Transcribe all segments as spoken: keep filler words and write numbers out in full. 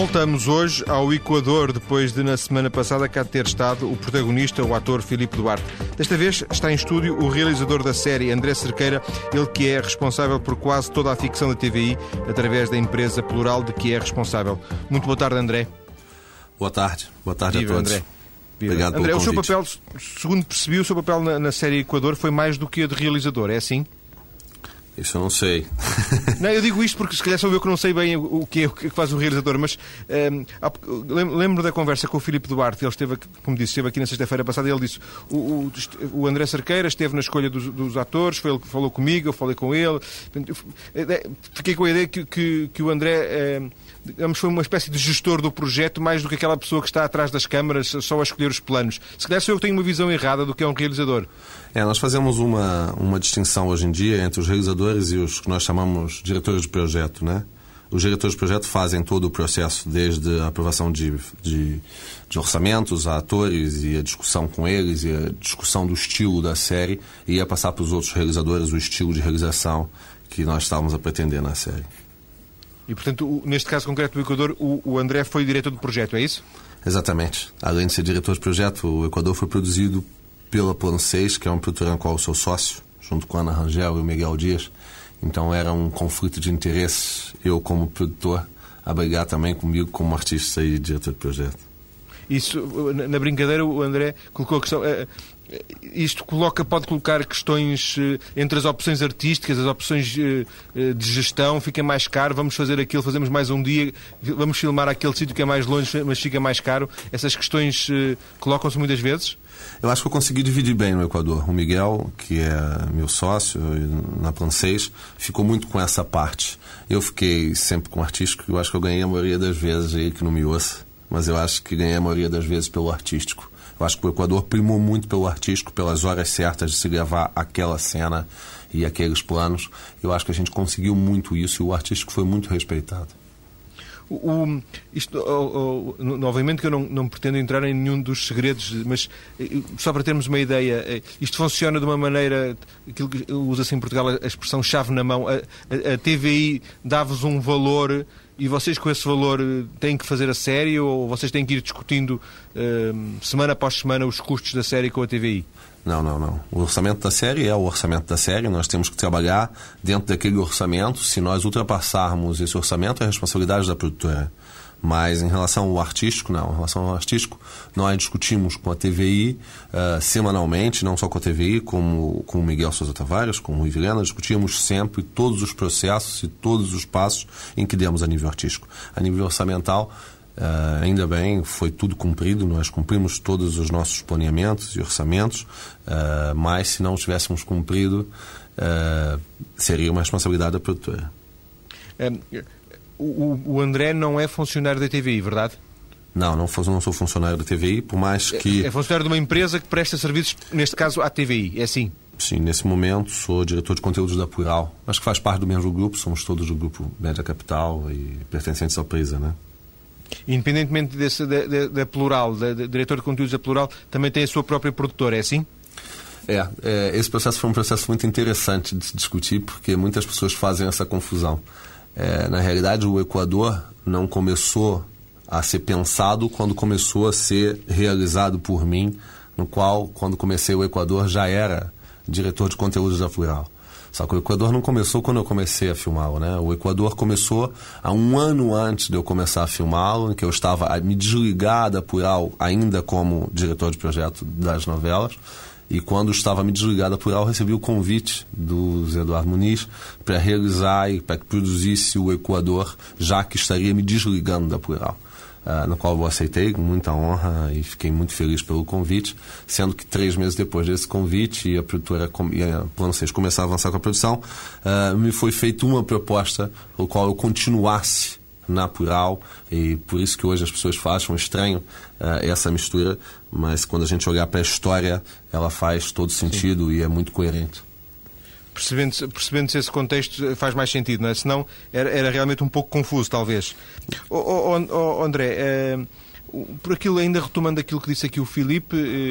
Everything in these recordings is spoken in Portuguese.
Voltamos hoje ao Equador, depois de, na semana passada, cá ter estado o protagonista, o ator Filipe Duarte. Desta vez está em estúdio o realizador da série, André Cerqueira, ele que é responsável por quase toda a ficção da T V I, através da empresa Plural de que é responsável. Muito boa tarde, André. Boa tarde. Boa tarde Viva, a todos. André. Viva. Obrigado André, pelo o seu convite. papel, segundo percebi, o seu papel na, na série Equador foi mais do que o de realizador, é assim? Isso eu não sei. Não, eu digo isto porque se calhar sou eu que não sei bem o que é o que faz o realizador, mas um, lembro da conversa com o Filipe Duarte, ele esteve, como disse, esteve aqui na sexta-feira passada, e ele disse, o, o, o André Cerqueira esteve na escolha dos, dos atores, foi ele que falou comigo, eu falei com ele, fiquei com a ideia que, que, que o André digamos, foi uma espécie de gestor do projeto, mais do que aquela pessoa que está atrás das câmaras só a escolher os planos. Se calhar sou eu que tenho uma visão errada do que é um realizador. É, nós fazemos uma, uma distinção hoje em dia entre os realizadores e os que nós chamamos diretores de projeto, né? Os diretores de projeto fazem todo o processo, desde a aprovação de, de, de orçamentos a atores e a discussão com eles e a discussão do estilo da série, e a passar para os outros realizadores o estilo de realização que nós estávamos a pretender na série. E, portanto, neste caso concreto do Equador, o, o André foi o diretor do projeto, é isso? Exatamente. Além de ser diretor de projeto, o Equador foi produzido pela Plano seis, que é uma produtora na qual eu sou sócio, junto com a Ana Rangel e o Miguel Dias. Então era um conflito de interesses, eu como produtor, a brigar também comigo como artista e diretor de projeto. Isso, na brincadeira, o André colocou a questão... Isto coloca, pode colocar questões entre as opções artísticas, as opções de gestão, fica mais caro, vamos fazer aquilo, fazemos mais um dia, vamos filmar aquele sítio que é mais longe, mas fica mais caro. Essas questões colocam-se muitas vezes? Eu acho que eu consegui dividir bem no Equador. O Miguel, que é meu sócio na Plano seis, ficou muito com essa parte. Eu fiquei sempre com o artístico, eu acho que eu ganhei a maioria das vezes, ele que não me ouça, mas eu acho que ganhei a maioria das vezes pelo artístico. Eu acho que o Equador primou muito pelo artístico, pelas horas certas de se gravar aquela cena e aqueles planos. Eu acho que a gente conseguiu muito isso e o artístico foi muito respeitado. O, o, isto, o, o, obviamente que eu não, não pretendo entrar em nenhum dos segredos, mas só para termos uma ideia, isto funciona de uma maneira, aquilo que usa-se em Portugal a expressão chave na mão. A, a, a T V I dá-vos um valor e vocês com esse valor têm que fazer a série, ou vocês têm que ir discutindo uh, semana após semana os custos da série com a T V I? Não, não, não. O orçamento da série é o orçamento da série. Nós temos que trabalhar dentro daquele orçamento. Se nós ultrapassarmos esse orçamento, é a responsabilidade da produtora. Mas em relação ao artístico, não. Em relação ao artístico, nós discutimos com a T V I uh, semanalmente, não só com a T V I, como com o Miguel Sousa Tavares, com o Rui Vilhena, discutimos sempre todos os processos e todos os passos em que demos a nível artístico. A nível orçamental, uh, ainda bem, foi tudo cumprido, nós cumprimos todos os nossos planeamentos e orçamentos, uh, mas se não tivéssemos cumprido, uh, seria uma responsabilidade da produtora. É... O, o André não é funcionário da T V I, verdade? Não, não, não sou funcionário da T V I, por mais que... É, é funcionário de uma empresa que presta serviços, neste caso, à T V I, é assim? Sim, nesse momento sou diretor de conteúdos da Plural. Acho que faz parte do mesmo grupo, somos todos do grupo Média Capital e pertencentes ao Prisa, né? Independentemente desse, da, da, da Plural, da, da diretor de conteúdos da Plural, também tem a sua própria produtora, é assim? É, é, esse processo foi um processo muito interessante de se discutir, porque muitas pessoas fazem essa confusão. É, na realidade, o Equador não começou a ser pensado quando começou a ser realizado por mim, no qual, quando comecei o Equador, já era diretor de conteúdos da Plural. Só que o Equador não começou quando eu comecei a filmá-lo, né? O Equador começou há um ano antes de eu começar a filmá-lo, em que eu estava a me desligar da Plural ainda como diretor de projeto das novelas. E quando estava me desligado da Plural, recebi o convite do Zé Eduardo Muniz para realizar e para que produzisse o Equador, já que estaria me desligando da Plural. Uh, no qual eu aceitei com muita honra e fiquei muito feliz pelo convite, sendo que três meses depois desse convite e a produtora e a Plano seis começar a avançar com a produção, uh, me foi feita uma proposta pelo qual eu continuasse na Plural, e por isso que hoje as pessoas acham estranho uh, essa mistura, mas quando a gente olhar para a história, ela faz todo sentido. Sim. E é muito coerente. Percebendo-se, percebendo-se esse contexto, faz mais sentido, não é? Senão era, era realmente um pouco confuso, talvez. Oh, oh, oh, André, eh, por aquilo, ainda retomando aquilo que disse aqui o Filipe, eh,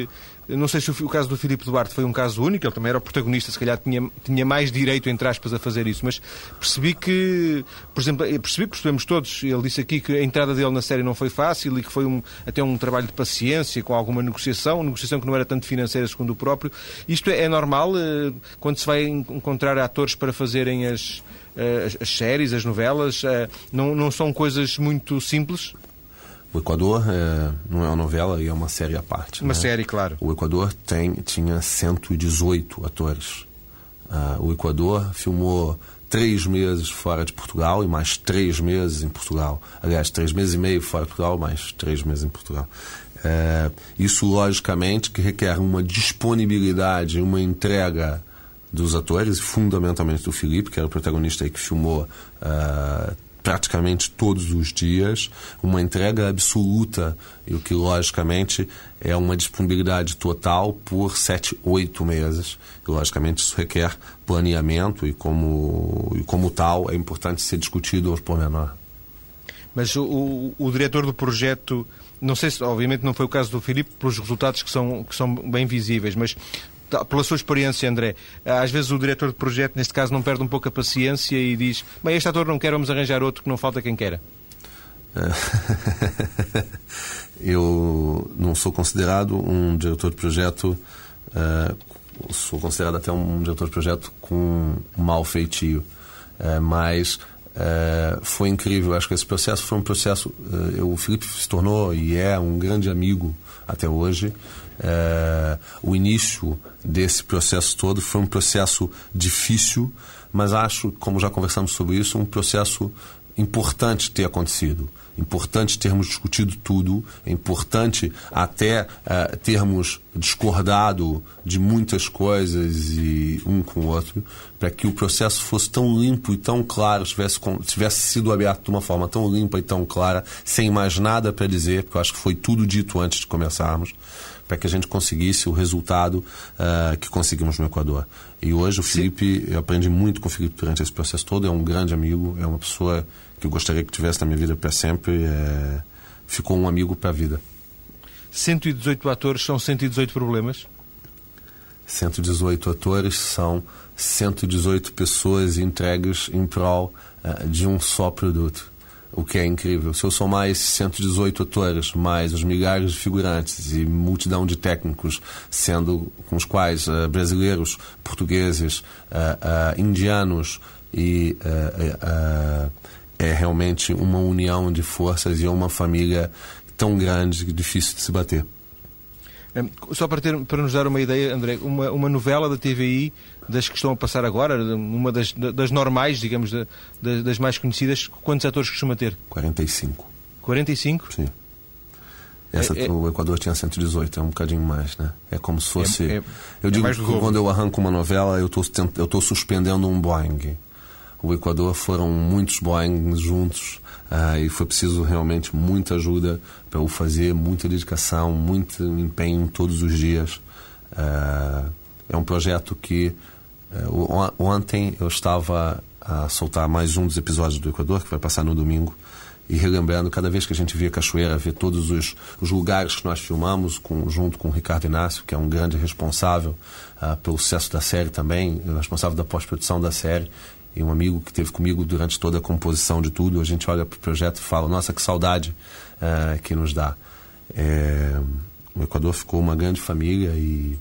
Eu não sei se o, o caso do Filipe Duarte foi um caso único, ele também era o protagonista, se calhar tinha, tinha mais direito, entre aspas, a fazer isso, mas percebi que, por exemplo, percebi, percebemos todos, ele disse aqui que a entrada dele na série não foi fácil e que foi um, até um trabalho de paciência, com alguma negociação, negociação que não era tanto financeira, segundo o próprio. Isto é, é normal, quando se vai encontrar atores para fazerem as, as, as séries, as novelas, não, não são coisas muito simples? O Equador é, não é uma novela e é uma série à parte. Uma né? série, claro. O Equador tem, tinha cento e dezoito atores. Uh, o Equador filmou três meses fora de Portugal e mais três meses em Portugal. Aliás, três meses e meio fora de Portugal, mais três meses em Portugal. Uh, isso, logicamente, que requer uma disponibilidade, uma entrega dos atores, fundamentalmente do Filipe, que era o protagonista aí que filmou uh, praticamente todos os dias, uma entrega absoluta, e o que logicamente é uma disponibilidade total por sete, oito meses. E logicamente isso requer planeamento e como, e como tal é importante ser discutido aos pormenores. Mas o, o, o diretor do projeto, não sei se, obviamente não foi o caso do Filipe, pelos resultados que são, que são bem visíveis, mas pela sua experiência, André, às vezes o diretor de projeto, neste caso, não perde um pouco a paciência e diz: bem, este ator não quer, vamos arranjar outro, que não falta quem queira. Eu não sou considerado um diretor de projeto, uh, sou considerado até um diretor de projeto com mau feitio, uh, mas uh, foi incrível. Acho que esse processo foi um processo. Uh, o Filipe se tornou e é um grande amigo até hoje. Uh, o início desse processo todo foi um processo difícil, mas acho, como já conversamos sobre isso, um processo importante ter acontecido, importante termos discutido tudo, é importante até uh, termos discordado de muitas coisas e um com o outro, para que o processo fosse tão limpo e tão claro, tivesse, tivesse sido aberto de uma forma tão limpa e tão clara, sem mais nada para dizer, porque eu acho que foi tudo dito antes de começarmos, para que a gente conseguisse o resultado uh, que conseguimos no Equador. E hoje o Filipe, eu aprendi muito com o Filipe durante esse processo todo, é um grande amigo, é uma pessoa que eu gostaria que tivesse na minha vida para sempre, é... ficou um amigo para a vida. cento e dezoito atores são cento e dezoito problemas? cento e dezoito atores são cento e dezoito pessoas entregues em prol uh, de um só produto. O que é incrível. Se eu somar esses cento e dezoito atores, mais os milhares de figurantes e multidão de técnicos, sendo com os quais uh, brasileiros, portugueses, uh, uh, indianos, e uh, uh, é realmente uma união de forças e é uma família tão grande que é difícil de se bater. Só para, ter, para nos dar uma ideia, André, uma, uma novela da T V I, das que estão a passar agora, uma das, das normais, digamos, da, das, das mais conhecidas, quantos atores costuma ter? quarenta e cinco. quarenta e cinco? Sim. Essa, é, é... O Equador tinha cento e dezoito, é um bocadinho mais, né? É como se fosse... É, é, eu digo é que quando eu arranco uma novela, eu estou suspendendo um Boeing. O Equador foram muitos Boeing juntos, uh, e foi preciso realmente muita ajuda para o fazer, muita dedicação, muito empenho todos os dias. Uh, é um projeto que uh, ontem eu estava a soltar mais um dos episódios do Equador, que vai passar no domingo, e relembrando, cada vez que a gente via Cachoeira, vê todos os, os lugares que nós filmamos, com, junto com o Ricardo Inácio, que é um grande responsável uh, pelo sucesso da série também, responsável da pós-produção da série, e um amigo que esteve comigo durante toda a composição de tudo. A gente olha para o projeto e fala: nossa, que saudade uh, que nos dá. É, o Equador ficou uma grande família e,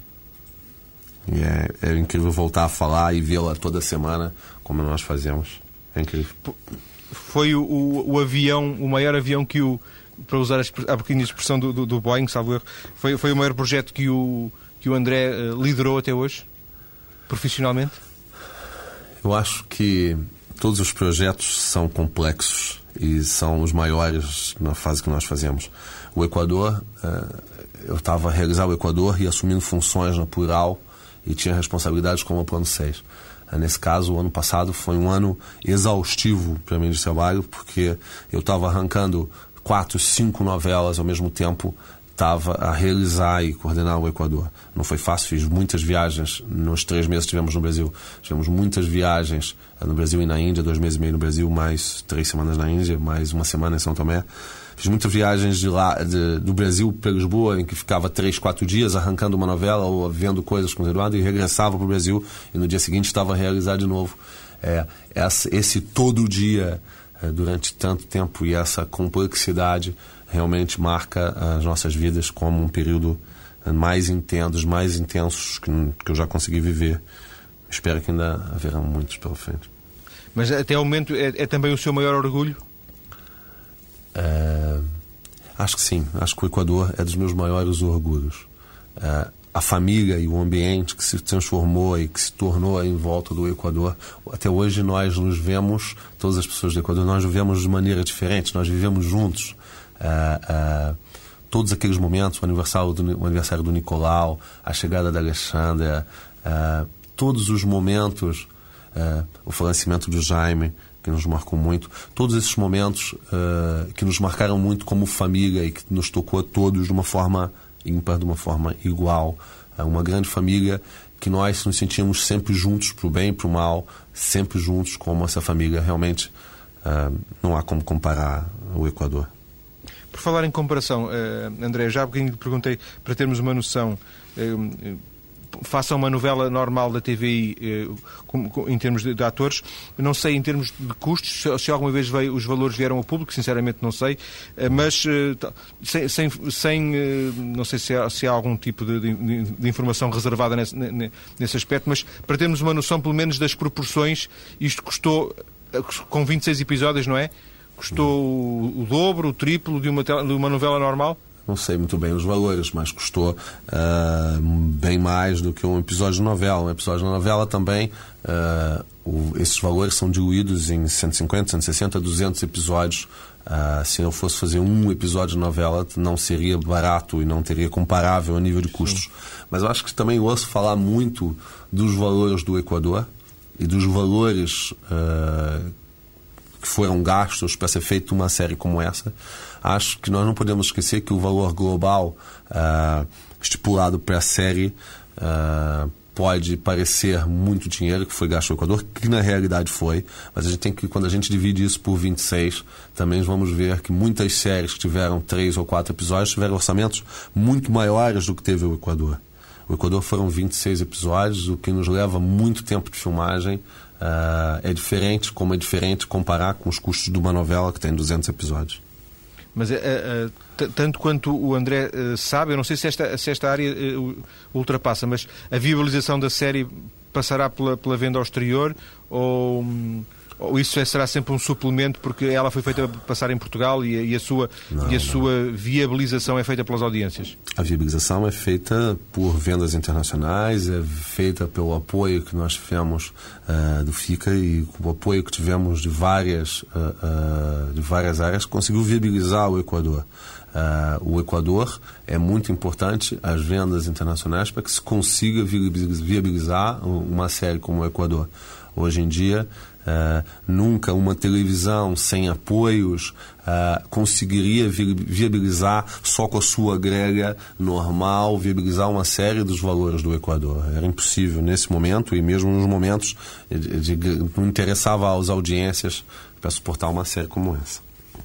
e é, é incrível voltar a falar e vê-la toda semana como nós fazemos. É incrível. Foi o, o, o avião, o maior avião que o, para usar a pequena expressão do, do, do Boeing, salvo erro, foi, foi o maior projeto que o, que o André uh, liderou até hoje, profissionalmente? Eu acho que todos os projetos são complexos e são os maiores na fase que nós fazemos. O Equador, eu estava a realizar o Equador e assumindo funções na Plural e tinha responsabilidades como o Plano seis. Nesse caso, o ano passado foi um ano exaustivo para mim de trabalho, porque eu estava arrancando quatro, cinco novelas ao mesmo tempo estava a realizar e coordenar o Equador. Não foi fácil, fiz muitas viagens. Nos três meses que tivemos no Brasil, tivemos muitas viagens no Brasil e na Índia, dois meses e meio no Brasil, mais três semanas na Índia, mais uma semana em São Tomé. Fiz muitas viagens de lá, de, do Brasil para Lisboa, em que ficava três, quatro dias arrancando uma novela ou vendo coisas com o Eduardo, e regressava para o Brasil e no dia seguinte estava a realizar de novo. É, essa, esse todo dia, é, durante tanto tempo, e essa complexidade realmente marca as nossas vidas como um período mais intenso, mais intensos que, que eu já consegui viver. Espero que ainda haverão muitos pela frente. Mas até ao momento é, é também o seu maior orgulho? Uh, acho que sim. Acho que o Equador é dos meus maiores orgulhos. Uh, a família e o ambiente que se transformou e que se tornou em volta do Equador. Até hoje nós nos vemos, todas as pessoas do Equador, nós vivemos de maneira diferente, nós vivemos juntos. Uh, uh, todos aqueles momentos, o aniversário do, o aniversário do Nicolau, a chegada da Alexandra, uh, todos os momentos, uh, o falecimento do Jaime, que nos marcou muito, todos esses momentos uh, que nos marcaram muito como família e que nos tocou a todos de uma forma ímpar, de uma forma igual. Uh, uma grande família que nós nos sentíamos sempre juntos, para o bem e para o mal, sempre juntos como essa família. Realmente uh, não há como comparar o Equador. Por falar em comparação, uh, André, já há bocadinho lhe perguntei para termos uma noção... Uh, faça uma novela normal da T V I eh, com, com, em termos de, de atores. Não sei em termos de custos se, se alguma vez veio, os valores vieram ao público, sinceramente não sei, eh, mas eh, sem, sem, sem eh, não sei se há, se há algum tipo de, de, de informação reservada nesse, nesse aspecto, mas para termos uma noção pelo menos das proporções, isto custou, com vinte e seis episódios, não é? Custou o, o dobro, o triplo de uma, de uma novela normal? Não sei muito bem os valores, mas custou uh, bem mais do que um episódio de novela. Um episódio de novela também, uh, o, esses valores são diluídos em cento e cinquenta, cento e sessenta, duzentos episódios. Uh, se eu fosse fazer um episódio de novela, não seria barato e não teria comparável a nível de custos. Sim. Mas eu acho que também ouço falar muito dos valores do Equador e dos valores uh, que foram gastos para ser feita uma série como essa. Acho que nós não podemos esquecer que o valor global uh, estipulado para a série uh, pode parecer muito dinheiro que foi gasto no Equador, que na realidade foi, mas a gente tem que, quando a gente divide isso por vinte e seis, também vamos ver que muitas séries que tiveram três ou quatro episódios tiveram orçamentos muito maiores do que teve o Equador. O Equador foram vinte e seis episódios, o que nos leva muito tempo de filmagem. Uh, é diferente, como é diferente comparar com os custos de uma novela que tem duzentos episódios. Mas uh, uh, tanto quanto o André uh, sabe, eu não sei se esta, se esta área uh, ultrapassa, mas a viabilização da série passará pela, pela venda ao exterior ou, um, ou isso é, será sempre um suplemento porque ela foi feita para passar em Portugal e a, e a, sua, não, e a sua viabilização é feita pelas audiências? A viabilização é feita por vendas internacionais, é feita pelo apoio que nós tivemos uh, do FICA e o apoio que tivemos de várias, uh, uh, de várias áreas que conseguiu viabilizar o Equador. Uh, o Equador é muito importante as vendas internacionais para que se consiga viabilizar uma série como o Equador. Hoje em dia, uh, nunca uma televisão sem apoios uh, conseguiria vi viabilizar só com a sua grelha normal, viabilizar uma série dos valores do Equador. Era impossível nesse momento e mesmo nos momentos de, de, não interessava às audiências para suportar uma série como essa.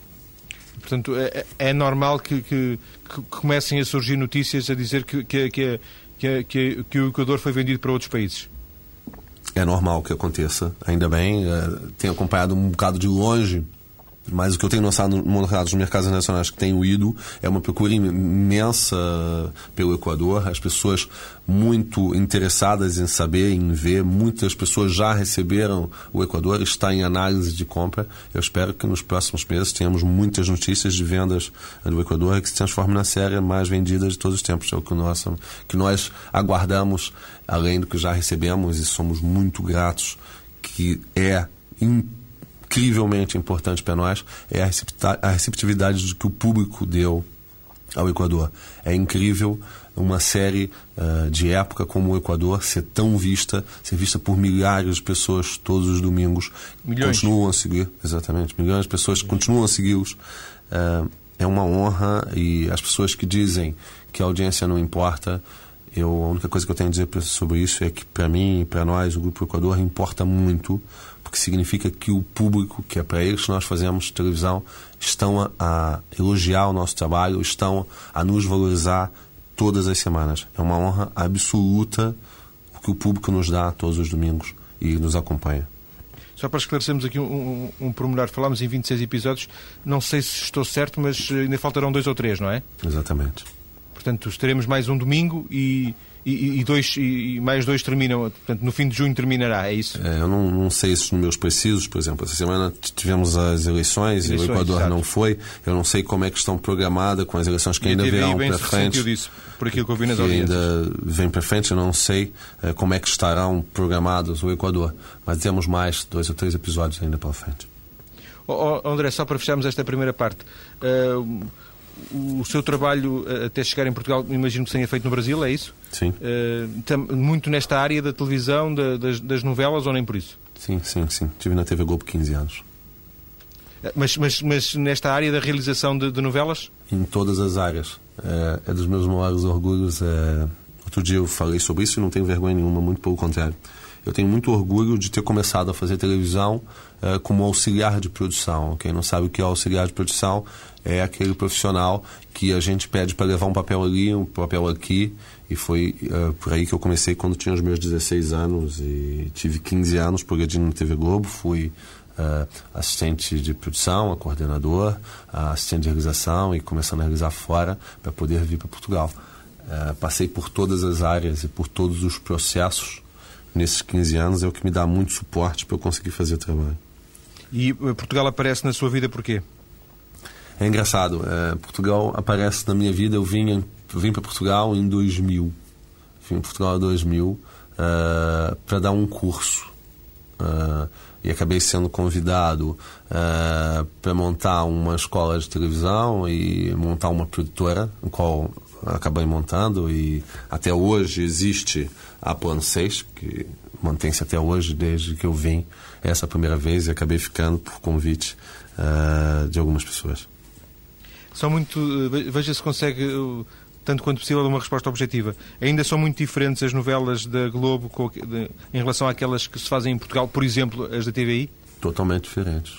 Portanto, é, é normal que, que, que comecem a surgir notícias a dizer que, que, que, que, que, que o Equador foi vendido para outros países? É normal que aconteça, ainda bem. Uh, tenho acompanhado um bocado de longe, mas o que eu tenho notado nos mercados internacionais que tenho ido é uma procura imensa pelo Equador. As pessoas muito interessadas em saber, em ver. Muitas pessoas já receberam o Equador, está em análise de compra. Eu espero que nos próximos meses tenhamos muitas notícias de vendas do Equador que se transforme na série mais vendida de todos os tempos. É o que nós, que nós aguardamos, além do que já recebemos, e somos muito gratos, que é importante, incrivelmente importante para nós, é a receptividade que o público deu ao Equador. É incrível uma série uh, de época como o Equador ser tão vista, ser vista por milhares de pessoas todos os domingos. Milhões. Continuam a seguir, exatamente, milhões de pessoas que continuam a segui-los. Uh, é uma honra, e as pessoas que dizem que a audiência não importa, eu, a única coisa que eu tenho a dizer sobre isso é que para mim e para nós, o Grupo Equador, importa muito, porque significa que o público, que é para eles que nós fazemos televisão, estão a, a elogiar o nosso trabalho, estão a nos valorizar todas as semanas. É uma honra absoluta o que o público nos dá todos os domingos e nos acompanha. Só para esclarecermos aqui um, um, um pormenor, falámos em vinte e seis episódios, não sei se estou certo, mas ainda faltarão dois ou três, não é? Exatamente. Portanto, estaremos mais um domingo e, e, e, dois, e mais dois terminam, portanto, no fim de junho terminará, é isso? É, eu não, não sei esses números precisos, por exemplo, essa semana tivemos as eleições, eleições e o Equador exato. Não foi, eu não sei como é que estão programadas com as eleições que e ainda virão para frente. Disso, por aquilo que eu vi nas que audiências. ainda vem para frente, eu não sei uh, como é que estarão programados o Equador, mas temos mais dois ou três episódios ainda pela frente. Oh, oh, André, só para fecharmos esta primeira parte, uh, o seu trabalho até chegar em Portugal, imagino que se tenha feito no Brasil, é isso? Sim. Uh, tam, muito nesta área da televisão, da, das, das novelas, ou nem por isso? Sim, sim, sim. Estive na T V Globo quinze anos. Mas, mas, mas nesta área da realização de, de novelas? Em todas as áreas. É, é dos meus maiores orgulhos. É... Outro dia eu falei sobre isso e não tenho vergonha nenhuma, muito pelo contrário. Eu tenho muito orgulho de ter começado a fazer televisão uh, como auxiliar de produção. Quem não sabe o que é auxiliar de produção é aquele profissional que a gente pede para levar um papel ali, um papel aqui, e foi uh, por aí que eu comecei quando tinha os meus dezesseis anos e tive quinze anos progredindo na T V Globo. Fui uh, assistente de produção, coordenador, uh, assistente de realização e começando a realizar fora para poder vir para Portugal. Uh, passei por todas as áreas e por todos os processos nesses quinze anos, é o que me dá muito suporte para eu conseguir fazer o trabalho. E Portugal aparece na sua vida por quê? É engraçado. É, Portugal aparece na minha vida. Eu vim, eu vim para Portugal em dois mil. Vim para Portugal em dois mil uh, para dar um curso. Uh, e acabei sendo convidado uh, para montar uma escola de televisão e montar uma produtora, no qual acabei montando, e até hoje existe a Plano seis, que mantém-se até hoje desde que eu vim essa primeira vez e acabei ficando por convite uh, de algumas pessoas. São muito... Veja se consegue, tanto quanto possível, uma resposta objetiva. Ainda são muito diferentes as novelas da Globo com, de, em relação àquelas que se fazem em Portugal, por exemplo, as da T V I? Totalmente diferentes.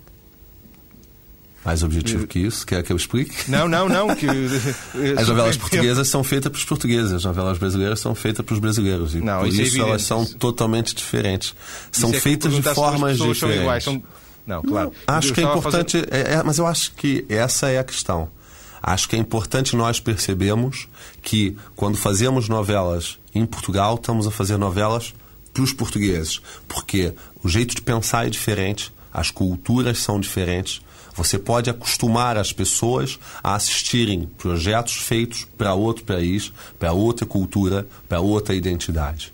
Mais objetivo que isso? Quer que eu explique? Não, não, não. Que... As novelas portuguesas são feitas para os portugueses, as novelas brasileiras são feitas para os brasileiros. E não, por isso, isso é elas são isso. totalmente diferentes. São é feitas de formas diferentes. São iguais, são... Não, claro. Não, acho eu que é importante, fazer... é, é, mas eu acho que essa é a questão. Acho que é importante nós percebermos que quando fazemos novelas em Portugal, estamos a fazer novelas para os portugueses. Porque o jeito de pensar é diferente, as culturas são diferentes. Você pode acostumar as pessoas a assistirem projetos feitos para outro país, para outra cultura, para outra identidade.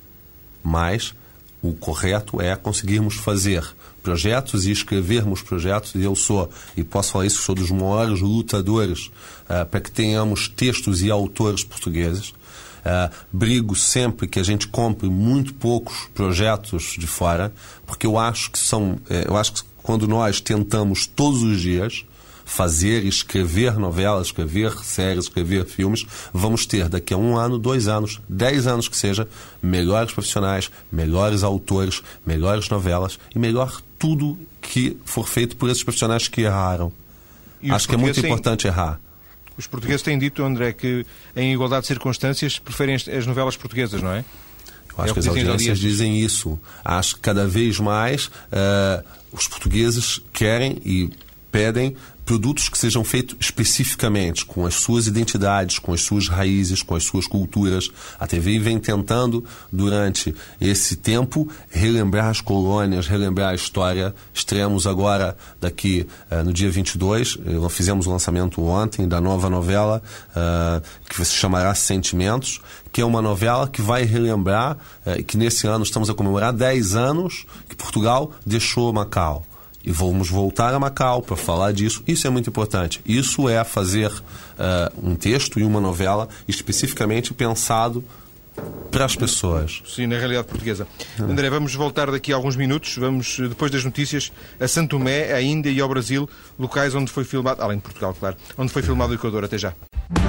Mas o correto é conseguirmos fazer projetos e escrevermos projetos, e eu sou, e posso falar isso, sou dos maiores lutadores uh, para que tenhamos textos e autores portugueses. Uh, brigo sempre que a gente compre muito poucos projetos de fora, porque eu acho que são, eu acho que quando nós tentamos todos os dias fazer e escrever novelas, escrever séries, escrever filmes, vamos ter daqui a um ano, dois anos, dez anos que seja, melhores profissionais, melhores autores, melhores novelas e melhor tudo que for feito por esses profissionais que erraram. Acho que é muito importante têm... errar. Os portugueses têm dito, André, que em igualdade de circunstâncias preferem as novelas portuguesas, não é? Eu acho é que, que as audiências dizem isso. Acho que cada vez mais uh, os portugueses querem e pedem produtos que sejam feitos especificamente com as suas identidades, com as suas raízes, com as suas culturas. A T V I vem tentando, durante esse tempo, relembrar as colônias, relembrar a história. Estreamos agora, daqui uh, no dia vinte e dois, uh, fizemos o lançamento ontem da nova novela, uh, que se chamará Sentimentos, que é uma novela que vai relembrar, uh, que nesse ano estamos a comemorar dez anos que Portugal deixou Macau. E vamos voltar a Macau para falar disso. Isso é muito importante. Isso é fazer uh, um texto e uma novela especificamente pensado para as pessoas. Sim, na realidade portuguesa. André, vamos voltar daqui a alguns minutos, vamos, depois das notícias, a São Tomé, à Índia e ao Brasil, locais onde foi filmado, além de Portugal, claro, onde foi filmado o Equador. Até já.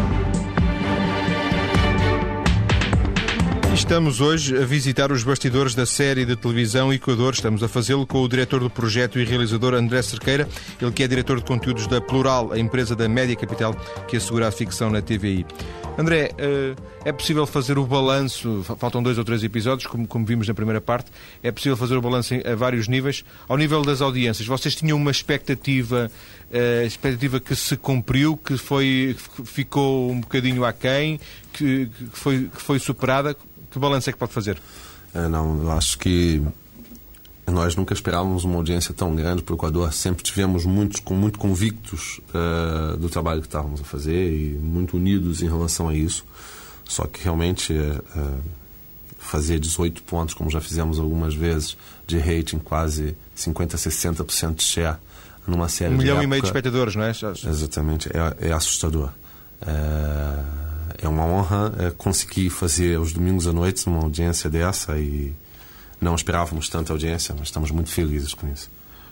Estamos hoje a visitar os bastidores da série de televisão Equador. Estamos a fazê-lo com o diretor do projeto e realizador André Cerqueira, ele que é diretor de conteúdos da Plural, a empresa da Média Capital que assegura a ficção na T V I. André, é possível fazer o balanço, faltam dois ou três episódios, como, como vimos na primeira parte, é possível fazer o balanço a vários níveis. Ao nível das audiências, vocês tinham uma expectativa, a expectativa que se cumpriu, que, foi, que ficou um bocadinho aquém, que, que, foi, que foi superada? Que balanço é que pode fazer? É, não, eu acho que nós nunca esperávamos uma audiência tão grande para o Equador. Sempre tivemos muitos, muito convictos uh, do trabalho que estávamos a fazer e muito unidos em relação a isso. Só que realmente uh, fazer dezoito pontos, como já fizemos algumas vezes, de rating, quase cinquenta, sessenta por cento de share numa série um de milhão época, e meio de espectadores, não é? Exatamente, é, é assustador. Uh, É uma honra é, conseguir fazer aos domingos à noite uma audiência dessa e não esperávamos tanta audiência, mas estamos muito felizes com isso.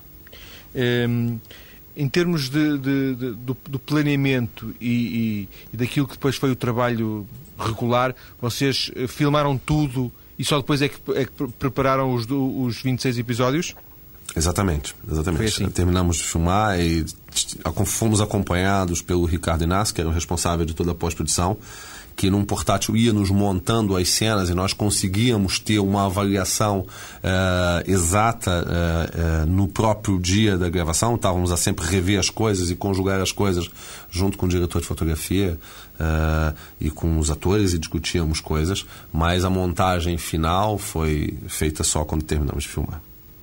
Um, em termos de, de, de, do, do planeamento e, e, e daquilo que depois foi o trabalho regular, vocês filmaram tudo e só depois é que, é que prepararam os, os vinte e seis episódios? Exatamente, exatamente. Assim. Terminamos de filmar e fomos acompanhados pelo Ricardo Inácio, que era o responsável de toda a pós-produção, que num portátil ia nos montando as cenas e nós conseguíamos ter uma avaliação uh, exata uh, uh, no próprio dia da gravação. Estávamos a sempre rever as coisas e conjugar as coisas junto com o diretor de fotografia uh, e com os atores e discutíamos coisas, mas a montagem final foi feita só quando terminamos de filmar.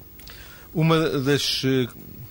Uma das uh,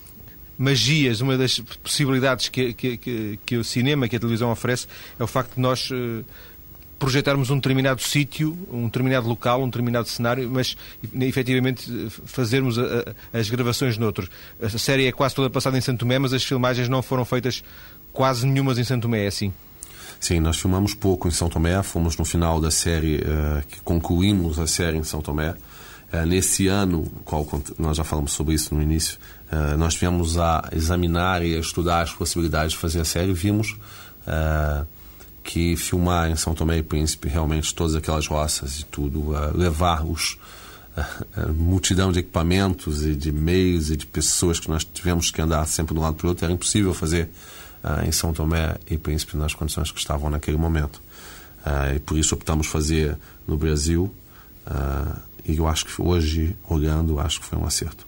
magias, uma das possibilidades que, que, que, que o cinema, que a televisão oferece, é o facto de nós uh, projetarmos um determinado sítio, um determinado local, um determinado cenário, mas efetivamente fazermos a, a, as gravações noutros. A série é quase toda passada em São Tomé, mas as filmagens não foram feitas quase nenhumas em São Tomé, é assim? Sim, nós filmamos pouco em São Tomé, fomos no final da série, uh, que concluímos a série em São Tomé. Uh, nesse ano, qual, nós já falamos sobre isso no início, uh, nós viemos a examinar e a estudar as possibilidades de fazer a série e vimos uh, que filmar em São Tomé e Príncipe realmente todas aquelas roças e tudo, uh, levar os uh, uh, multidão de equipamentos e de meios e de pessoas que nós tivemos que andar sempre de um lado para o outro, era impossível fazer uh, em São Tomé e Príncipe nas condições que estavam naquele momento. Uh, e por isso optamos fazer no Brasil. Uh, E eu acho que hoje, olhando, acho que foi um acerto.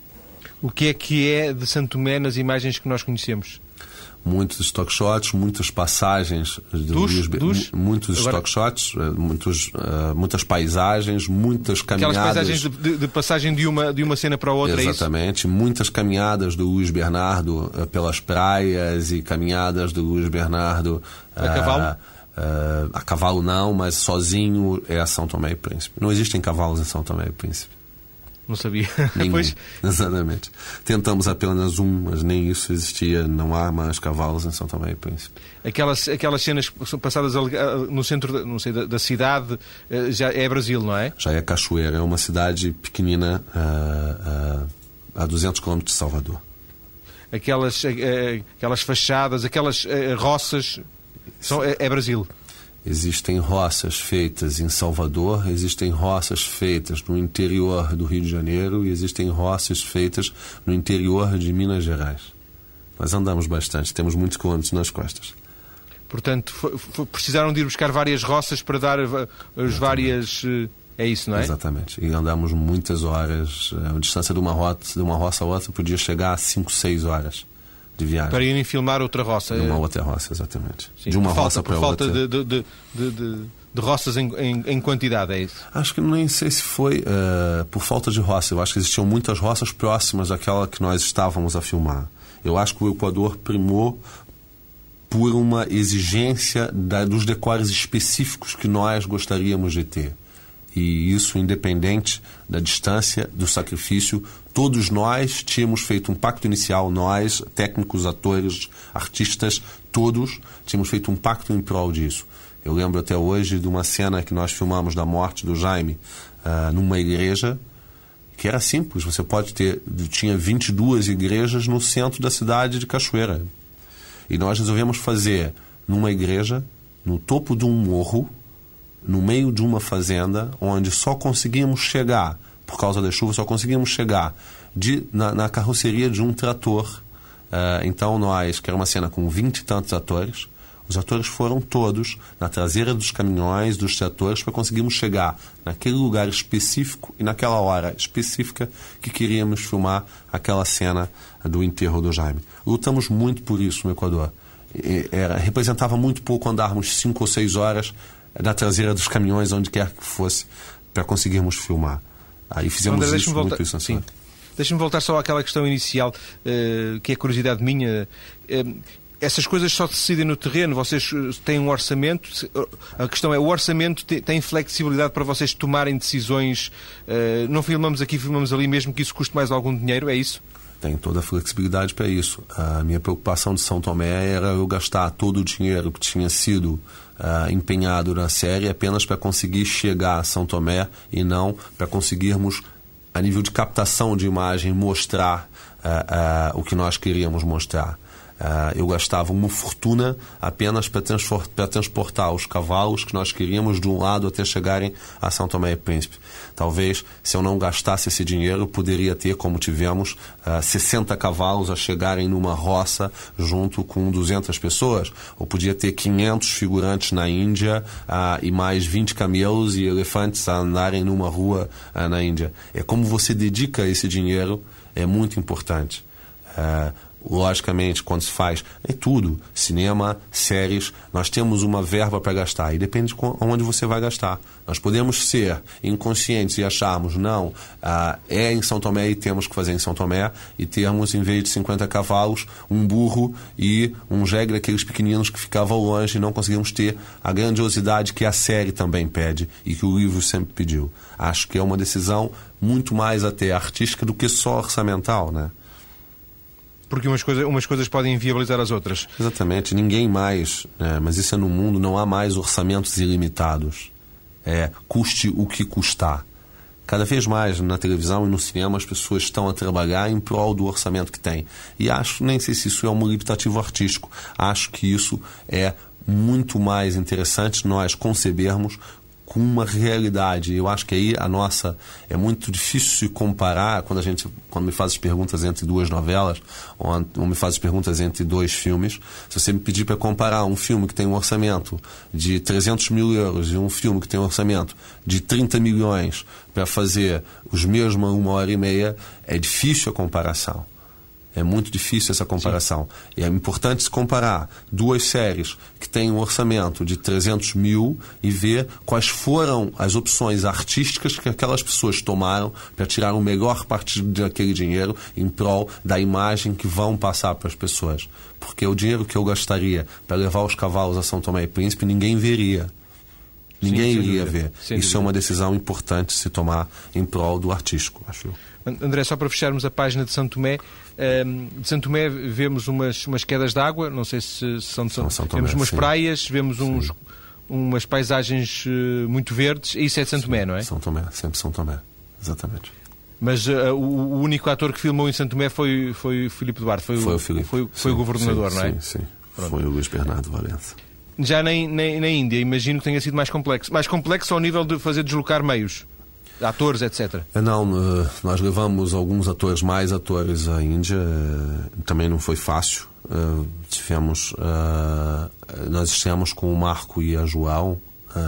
O que é que é de São Tomé nas imagens que nós conhecemos? Muitos stock shots, muitas passagens de dos, Luís, dos? muitos Agora... stock shots, muitos, uh, muitas paisagens, muitas caminhadas. Aquelas paisagens de, de, de passagem de uma, de uma cena para a outra. Exatamente, é isso? Muitas caminhadas do Luís Bernardo uh, pelas praias e caminhadas do Luís Bernardo a uh, cavalo. Uh, a cavalo não, mas sozinho é a São Tomé e Príncipe. Não existem cavalos em São Tomé e Príncipe. Não sabia. Pois... Exatamente. Tentamos apenas um, mas nem isso existia. Não há mais cavalos em São Tomé e Príncipe. Aquelas, aquelas cenas passadas no centro não sei, da, da cidade, já é Brasil, não é? Já é Cachoeira. É uma cidade pequenina uh, uh, a duzentos quilómetros de Salvador. Aquelas, uh, aquelas fachadas, aquelas uh, roças... São, é, é Brasil. Existem roças feitas em Salvador, existem roças feitas no interior do Rio de Janeiro e existem roças feitas no interior de Minas Gerais. Nós andamos bastante, temos muitos quilômetros nas costas. Portanto, foi, foi, precisaram de ir buscar várias roças para dar as várias... É isso, não é? Exatamente. E andamos muitas horas. A distância de uma, rota, de uma roça a outra podia chegar a cinco, seis horas. De viagem. Para irem filmar outra roça. De uma outra roça, exatamente. Sim, de uma por roça falta, para por outra. Falta de, de, de, de, de roças em, em, em quantidade, é isso? Acho que nem sei se foi uh, por falta de roça. Eu acho que existiam muitas roças próximas daquela que nós estávamos a filmar. Eu acho que o Equador primou por uma exigência da, dos decores específicos que nós gostaríamos de ter. E isso independente da distância, do sacrifício. Todos nós tínhamos feito um pacto inicial, nós, técnicos, atores, artistas, todos tínhamos feito um pacto em prol disso. Eu lembro até hoje de uma cena que nós filmamos da morte do Jaime uh, numa igreja, que era simples. Você pode ter... Tinha vinte e duas igrejas no centro da cidade de Cachoeira. E nós resolvemos fazer numa igreja, no topo de um morro, no meio de uma fazenda, onde só conseguíamos chegar, por causa da chuva, só conseguíamos chegar de, na, na carroceria de um trator. Uh, então nós, que era uma cena com vinte e tantos atores, os atores foram todos na traseira dos caminhões, dos tratores, para conseguirmos chegar naquele lugar específico e naquela hora específica que queríamos filmar aquela cena do enterro do Jaime. Lutamos muito por isso no Equador. Era, representava muito pouco andarmos cinco ou seis horas na traseira dos caminhões, onde quer que fosse, para conseguirmos filmar. Aí fizemos André, isso, voltar... muito isso. Assim. Deixa-me voltar só àquela questão inicial, uh, que é curiosidade minha. Uh, essas coisas só se decidem no terreno, vocês têm um orçamento, a questão é, o orçamento tem flexibilidade para vocês tomarem decisões, uh, não filmamos aqui, filmamos ali, mesmo que isso custe mais algum dinheiro, é isso? Tem toda a flexibilidade para isso. A minha preocupação de São Tomé era eu gastar todo o dinheiro que tinha sido uh, empenhado na série apenas para conseguir chegar a São Tomé e não para conseguirmos, a nível de captação de imagem, mostrar uh, uh, o que nós queríamos mostrar. Uh, eu gastava uma fortuna apenas para transportar, transportar os cavalos que nós queríamos de um lado até chegarem a São Tomé e Príncipe. Talvez, se eu não gastasse esse dinheiro, poderia ter, como tivemos, uh, sessenta cavalos a chegarem numa roça junto com duzentas pessoas. Ou podia ter quinhentos figurantes na Índia uh, e mais vinte camelos e elefantes a andarem numa rua uh, na Índia. É como você dedica esse dinheiro, é muito importante. Uh, Logicamente, quando se faz é tudo, cinema, séries, nós temos uma verba para gastar e depende de onde você vai gastar. Nós podemos ser inconscientes e acharmos, não, ah, é em São Tomé e temos que fazer em São Tomé, e termos, em vez de cinquenta cavalos, um burro e um jegue daqueles pequeninos que ficavam longe, e não conseguimos ter a grandiosidade que a série também pede e que o livro sempre pediu. Acho que é uma decisão muito mais até artística do que só orçamental, né? Porque umas, coisa, umas coisas podem inviabilizar as outras. Exatamente, ninguém mais, né, mas isso é no mundo, não há mais orçamentos ilimitados. É, custe o que custar. Cada vez mais na televisão e no cinema as pessoas estão a trabalhar em prol do orçamento que têm. E acho, nem sei se isso é um limitativo artístico, acho que isso é muito mais interessante nós concebermos com uma realidade. Eu acho que aí a nossa... É muito difícil se comparar quando a gente... Quando me faz perguntas entre duas novelas ou, ou me faz perguntas entre dois filmes. Se você me pedir para comparar um filme que tem um orçamento de trezentos mil euros e um filme que tem um orçamento de trinta milhões para fazer os mesmos uma hora e meia, é difícil a comparação. É muito difícil essa comparação. Sim. E é importante se comparar duas séries que têm um orçamento de trezentos mil e ver quais foram as opções artísticas que aquelas pessoas tomaram para tirar o melhor partido daquele dinheiro em prol da imagem que vão passar para as pessoas. Porque o dinheiro que eu gastaria para levar os cavalos a São Tomé e Príncipe, ninguém veria. Ninguém Sim, iria ver. Sem Isso dúvida. É uma decisão importante se tomar em prol do artístico, acho eu. André, só para fecharmos a página de São Tomé, de São Tomé vemos umas, umas quedas de água, não sei se são de São, São Tomé, vemos umas sim. praias, vemos uns, umas paisagens muito verdes, isso é de São Tomé, sim. não é? São Tomé, sempre São Tomé, exatamente. Mas uh, o, o único ator que filmou em São Tomé foi, foi o Filipe Duarte, foi, foi o, o Filipe. Foi, foi sim, o governador, sim, não é? Sim, sim. Pronto. Foi o Luís Bernardo Valença. Já nem, nem, na Índia, imagino que tenha sido mais complexo. Mais complexo ao nível de fazer deslocar meios, atores, etcétera. Não, nós levamos alguns atores, mais atores à Índia, também não foi fácil. Tivemos, nós estivemos com o Marco e a João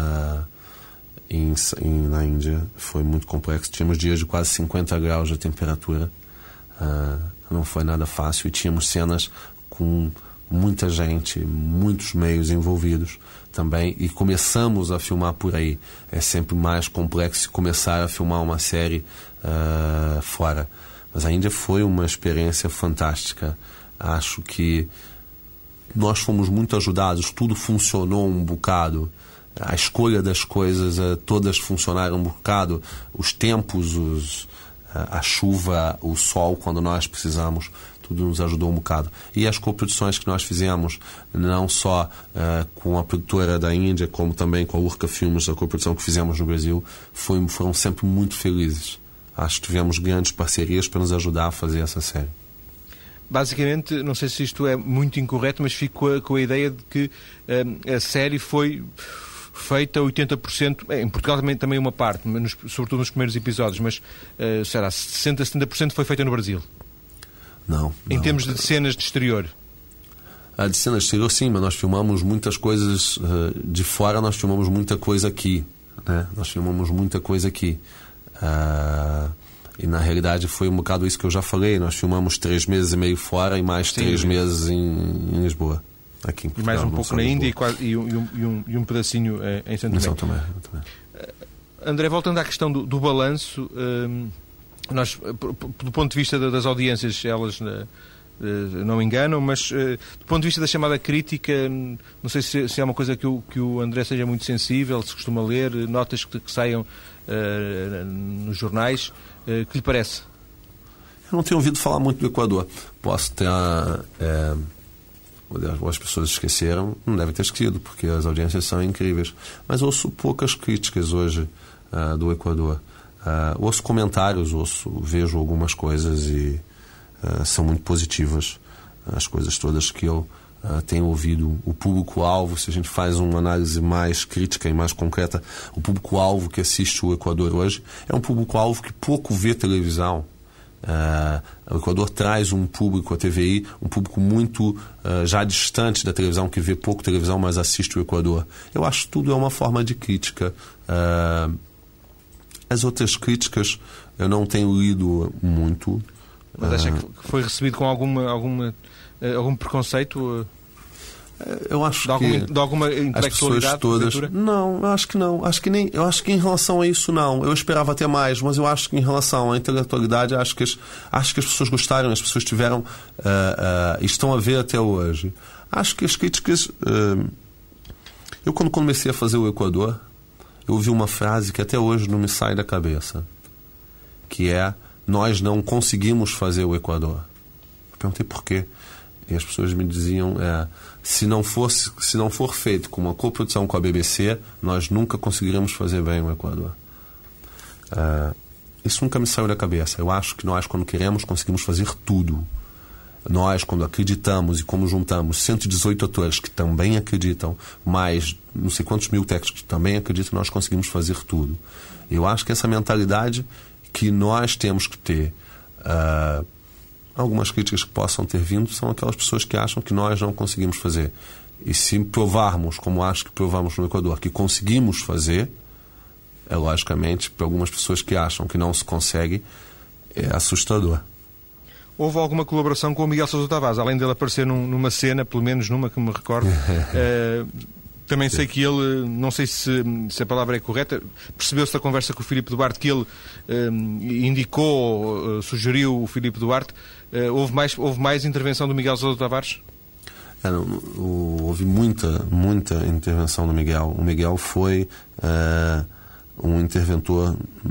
em, em, na Índia, foi muito complexo. Tínhamos dias de quase cinquenta graus de temperatura, não foi nada fácil, e tínhamos cenas com muita gente, muitos meios envolvidos também, e começamos a filmar por aí. É sempre mais complexo começar a filmar uma série uh, fora. Mas a Índia foi uma experiência fantástica. Acho que nós fomos muito ajudados, tudo funcionou um bocado. A escolha das coisas, uh, todas funcionaram um bocado. Os tempos, os, a chuva, o sol, quando nós precisamos, tudo nos ajudou um bocado. E as coproduções que nós fizemos, não só uh, com a produtora da Índia, como também com a Urca Filmes, a coprodução que fizemos no Brasil, foi, foram sempre muito felizes. Acho que tivemos grandes parcerias para nos ajudar a fazer essa série. Basicamente, não sei se isto é muito incorreto, mas fico com a, com a ideia de que uh, a série foi feita oitenta por cento, em Portugal também, também uma parte, nos, sobretudo nos primeiros episódios, mas uh, será sessenta, setenta por cento foi feita no Brasil. Não, Em não. termos de cenas de exterior. A de cenas de exterior, sim, mas nós filmamos muitas coisas uh, de fora, nós filmamos muita coisa aqui. Né? Nós filmamos muita coisa aqui. Uh, e na realidade foi um bocado isso que eu já falei. Nós filmamos três meses e meio fora e mais sim, três sim. meses em, em Lisboa. Aqui em Portugal, e mais um pouco na Índia e, quase, e, um, e, um, e um pedacinho uh, em Santo Tomé. São Tomé, também. Uh, André, voltando à questão do, do balanço... Uh, Nós, do ponto de vista das audiências, elas não enganam, mas do ponto de vista da chamada crítica, não sei se, se é uma coisa que o, que o André seja muito sensível, se costuma ler, notas que, que saiam uh, nos jornais, uh, que lhe parece? Eu não tenho ouvido falar muito do Equador. Posso ter... É, as pessoas esqueceram, não devem ter esquecido, porque as audiências são incríveis. Mas ouço poucas críticas hoje uh, do Equador. Uh, ouço comentários, ouço, vejo algumas coisas e uh, são muito positivas as coisas todas que eu uh, tenho ouvido. O público-alvo, se a gente faz uma análise mais crítica e mais concreta, o público-alvo que assiste o Equador hoje é um público-alvo que pouco vê televisão. Uh, o Equador traz um público, a T V I, um público muito uh, já distante da televisão, que vê pouco televisão, mas assiste o Equador. Eu acho que tudo é uma forma de crítica. Uh, As outras críticas eu não tenho lido muito. Mas acha que foi recebido com alguma, alguma, algum preconceito? Eu acho de alguma, que de alguma intelectualidade? As pessoas todas... Não, eu acho que não. Acho que nem, eu acho que em relação a isso não. Eu esperava até mais, mas eu acho que em relação à intelectualidade acho que as, acho que as pessoas gostaram, as pessoas tiveram uh, uh, estão a ver até hoje. Acho que as críticas... Uh, eu quando comecei a fazer o Equador, eu ouvi uma frase que até hoje não me sai da cabeça, que é: nós não conseguimos fazer o Equador. Eu perguntei por quê. E as pessoas me diziam, é, se não fosse, se não for feito com uma coprodução com a B B C, nós nunca conseguiríamos fazer bem o Equador. Uh, isso nunca me saiu da cabeça. Eu acho que nós, quando queremos, conseguimos fazer tudo. Nós, quando acreditamos e como juntamos cento e dezoito atores que também acreditam, mais não sei quantos mil técnicos que também acreditam, nós conseguimos fazer tudo. Eu acho que essa mentalidade que nós temos que ter... Uh, algumas críticas que possam ter vindo são aquelas pessoas que acham que nós não conseguimos fazer. E se provarmos, como acho que provamos no Equador, que conseguimos fazer, é logicamente, para algumas pessoas que acham que não se consegue, é assustador. Houve alguma colaboração com o Miguel Sousa Tavares, além dele aparecer num, numa cena, pelo menos numa que me recordo. uh, também sei que ele, não sei se, se a palavra é correta, percebeu-se da conversa com o Filipe Duarte que ele uh, indicou, uh, sugeriu o Filipe Duarte. Uh, houve, mais, houve mais intervenção do Miguel Sousa Tavares? É, o, houve muita, muita intervenção do Miguel. O Miguel foi uh, um interventor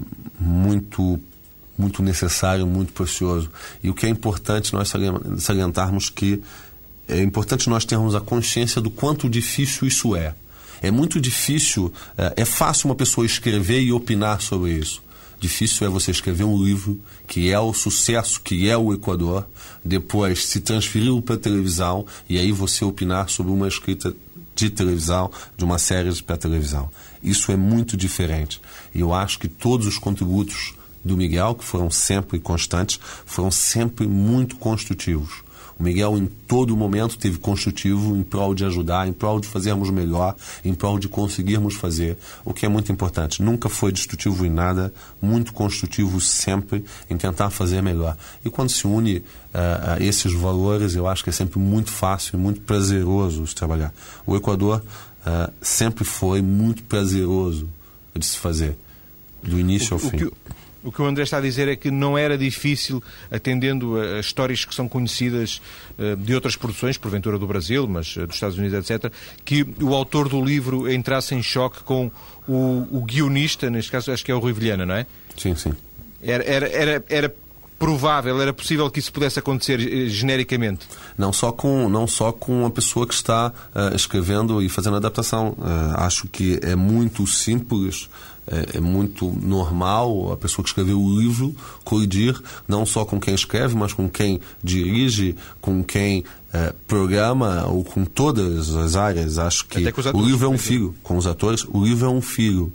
muito muito necessário, muito precioso. E o que é importante nós salientarmos que é importante nós termos a consciência do quanto difícil isso é. É muito difícil, é fácil uma pessoa escrever e opinar sobre isso. Difícil é você escrever um livro que é o sucesso, que é o Equador, depois se transferi-lo para a televisão e aí você opinar sobre uma escrita de televisão, de uma série para televisão. Isso é muito diferente. E eu acho que todos os contributos do Miguel, que foram sempre constantes, foram sempre muito construtivos. O Miguel, em todo momento, teve construtivo em prol de ajudar, em prol de fazermos melhor, em prol de conseguirmos fazer, o que é muito importante. Nunca foi destrutivo em nada, muito construtivo sempre em tentar fazer melhor. E quando se une uh, a esses valores, eu acho que é sempre muito fácil e muito prazeroso se trabalhar. O Equador uh, sempre foi muito prazeroso de se fazer, do início ao fim. O que o André está a dizer é que não era difícil, atendendo a histórias que são conhecidas de outras produções, porventura do Brasil, mas dos Estados Unidos, etcétera, que o autor do livro entrasse em choque com o, o guionista, neste caso acho que é o Rui Vilhena, não é? Sim, sim. Era, era, era, era provável, era possível que isso pudesse acontecer eh, genericamente? Não só com, não só com a pessoa que está uh, escrevendo e fazendo a adaptação. Uh, acho que é muito simples, é, é muito normal a pessoa que escreveu o livro colidir não só com quem escreve, mas com quem dirige, com quem uh, programa, ou com todas as áreas. Acho que o livro é um filho. Com os atores, o livro é um filho.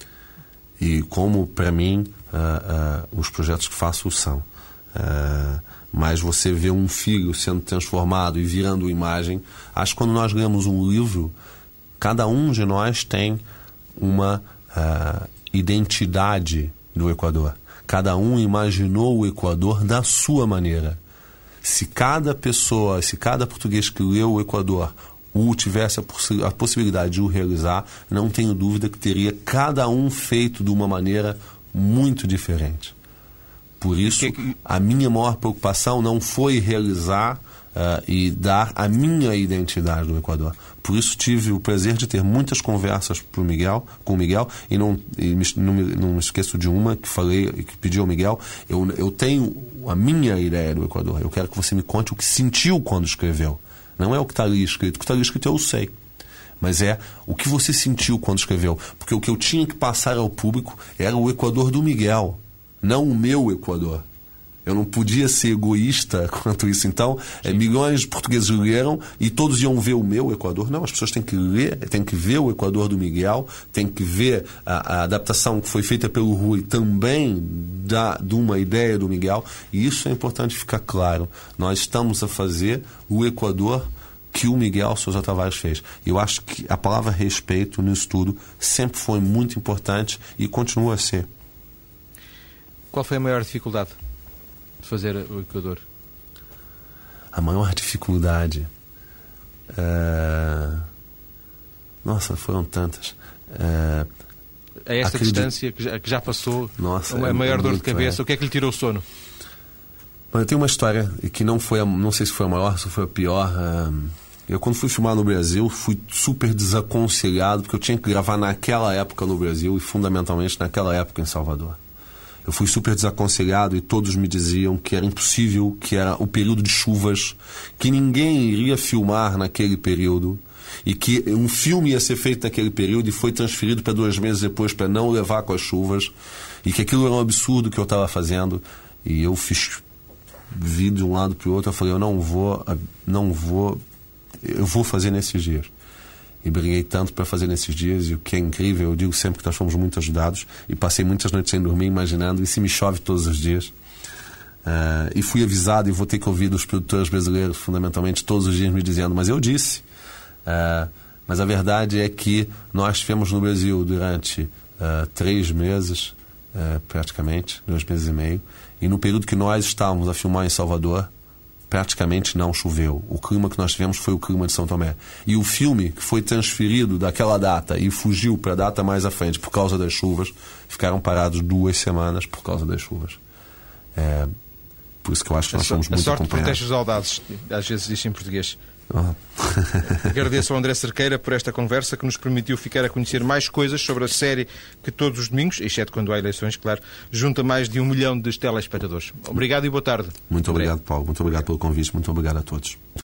E como, para mim, uh, uh, os projetos que faço são. Uh, mas você vê um filho sendo transformado e virando imagem. Acho que quando nós lemos um livro, cada um de nós tem uma uh, identidade do Equador. Cada um imaginou o Equador da sua maneira. Se cada pessoa, se cada português que leu o Equador o tivesse a, possi- a possibilidade de o realizar, não tenho dúvida que teria cada um feito de uma maneira muito diferente. Por isso, a minha maior preocupação não foi realizar uh, e dar a minha identidade do Equador. Por isso, tive o prazer de ter muitas conversas pro Miguel, com o Miguel, e, não, e me, não, me, não me esqueço de uma que falei, que pedi ao Miguel. Eu, eu tenho a minha ideia do Equador. Eu quero que você me conte o que sentiu quando escreveu. Não é o que está ali escrito. O que está ali escrito eu sei. Mas é o que você sentiu quando escreveu. Porque o que eu tinha que passar ao público era o Equador do Miguel, não o meu Equador. Eu não podia ser egoísta quanto isso. Então, é, milhões de portugueses leram e todos iam ver o meu Equador. Não, as pessoas têm que ler, têm que ver o Equador do Miguel, têm que ver a, a adaptação que foi feita pelo Rui também da, de uma ideia do Miguel. E isso é importante ficar claro. Nós estamos a fazer o Equador que o Miguel Sousa Tavares fez. Eu acho que a palavra respeito nisso tudo sempre foi muito importante e continua a ser. Qual foi a maior dificuldade de fazer o Equador? A maior dificuldade... Uh... Nossa, foram tantas. Uh... A esta Acredito... distância que já, que já passou, Nossa, a maior é dor de cabeça, é. O que é que lhe tirou o sono? Bom, eu tenho uma história que não foi a, não sei se foi a maior, se foi a pior. Uh... Eu, quando fui filmar no Brasil, fui super desaconselhado, porque eu tinha que gravar naquela época no Brasil e, fundamentalmente, naquela época em Salvador. Eu fui super desaconselhado e todos me diziam que era impossível, que era o período de chuvas, que ninguém iria filmar naquele período e que um filme ia ser feito naquele período e foi transferido para dois meses depois para não levar com as chuvas e que aquilo era um absurdo que eu estava fazendo. E eu fiz vídeo de um lado para o outro. Eu falei, eu não vou, não vou, eu vou fazer nesses dias. E briguei tanto para fazer nesses dias, e o que é incrível, eu digo sempre que nós fomos muito ajudados, e passei muitas noites sem dormir, imaginando, e se me chove todos os dias. Uh, e fui avisado, e vou ter que ouvir dos produtores brasileiros, fundamentalmente, todos os dias me dizendo, mas eu disse. Uh, mas a verdade é que nós estivemos no Brasil durante uh, três meses, uh, praticamente, dois meses e meio, e no período que nós estávamos a filmar em Salvador, praticamente não choveu. O clima que nós tivemos foi o clima de São Tomé. E o filme que foi transferido daquela data e fugiu para a data mais à frente por causa das chuvas, ficaram parados duas semanas por causa das chuvas. É, por isso que eu acho que nós somos muito acompanhados. A sorte protege os audaces, às vezes diz em português. Oh. Agradeço ao André Cerqueira por esta conversa que nos permitiu ficar a conhecer mais coisas sobre a série que todos os domingos, exceto quando há eleições, claro, junta mais de um milhão de telespectadores. Obrigado e boa tarde. Muito obrigado, Paulo. Muito obrigado pelo convite. Muito obrigado a todos.